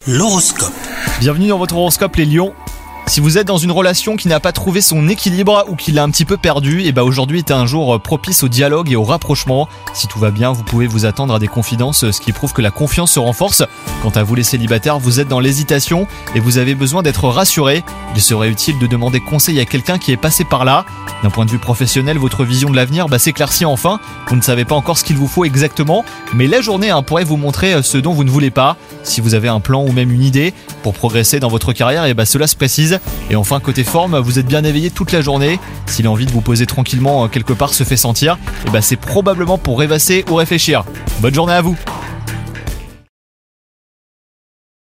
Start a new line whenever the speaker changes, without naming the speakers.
L'horoscope.
Bienvenue dans votre horoscope les lions. Si vous êtes dans une relation qui n'a pas trouvé son équilibre ou qui l'a un petit peu perdu, et aujourd'hui est un jour propice au dialogue et au rapprochement. Si tout va bien, vous pouvez vous attendre à des confidences, ce qui prouve que la confiance se renforce. Quant à vous les célibataires, vous êtes dans l'hésitation et vous avez besoin d'être rassurés. Il serait utile de demander conseil à quelqu'un qui est passé par là. D'un point de vue professionnel, votre vision de l'avenir s'éclaircit enfin. Vous ne savez pas encore ce qu'il vous faut exactement, mais la journée pourrait vous montrer ce dont vous ne voulez pas. Si vous avez un plan ou même une idée pour progresser dans votre carrière, cela se précise. Et enfin, côté forme, vous êtes bien éveillé toute la journée. Si l'envie de vous poser tranquillement quelque part se fait sentir, c'est probablement pour rêvasser ou réfléchir. Bonne journée à vous.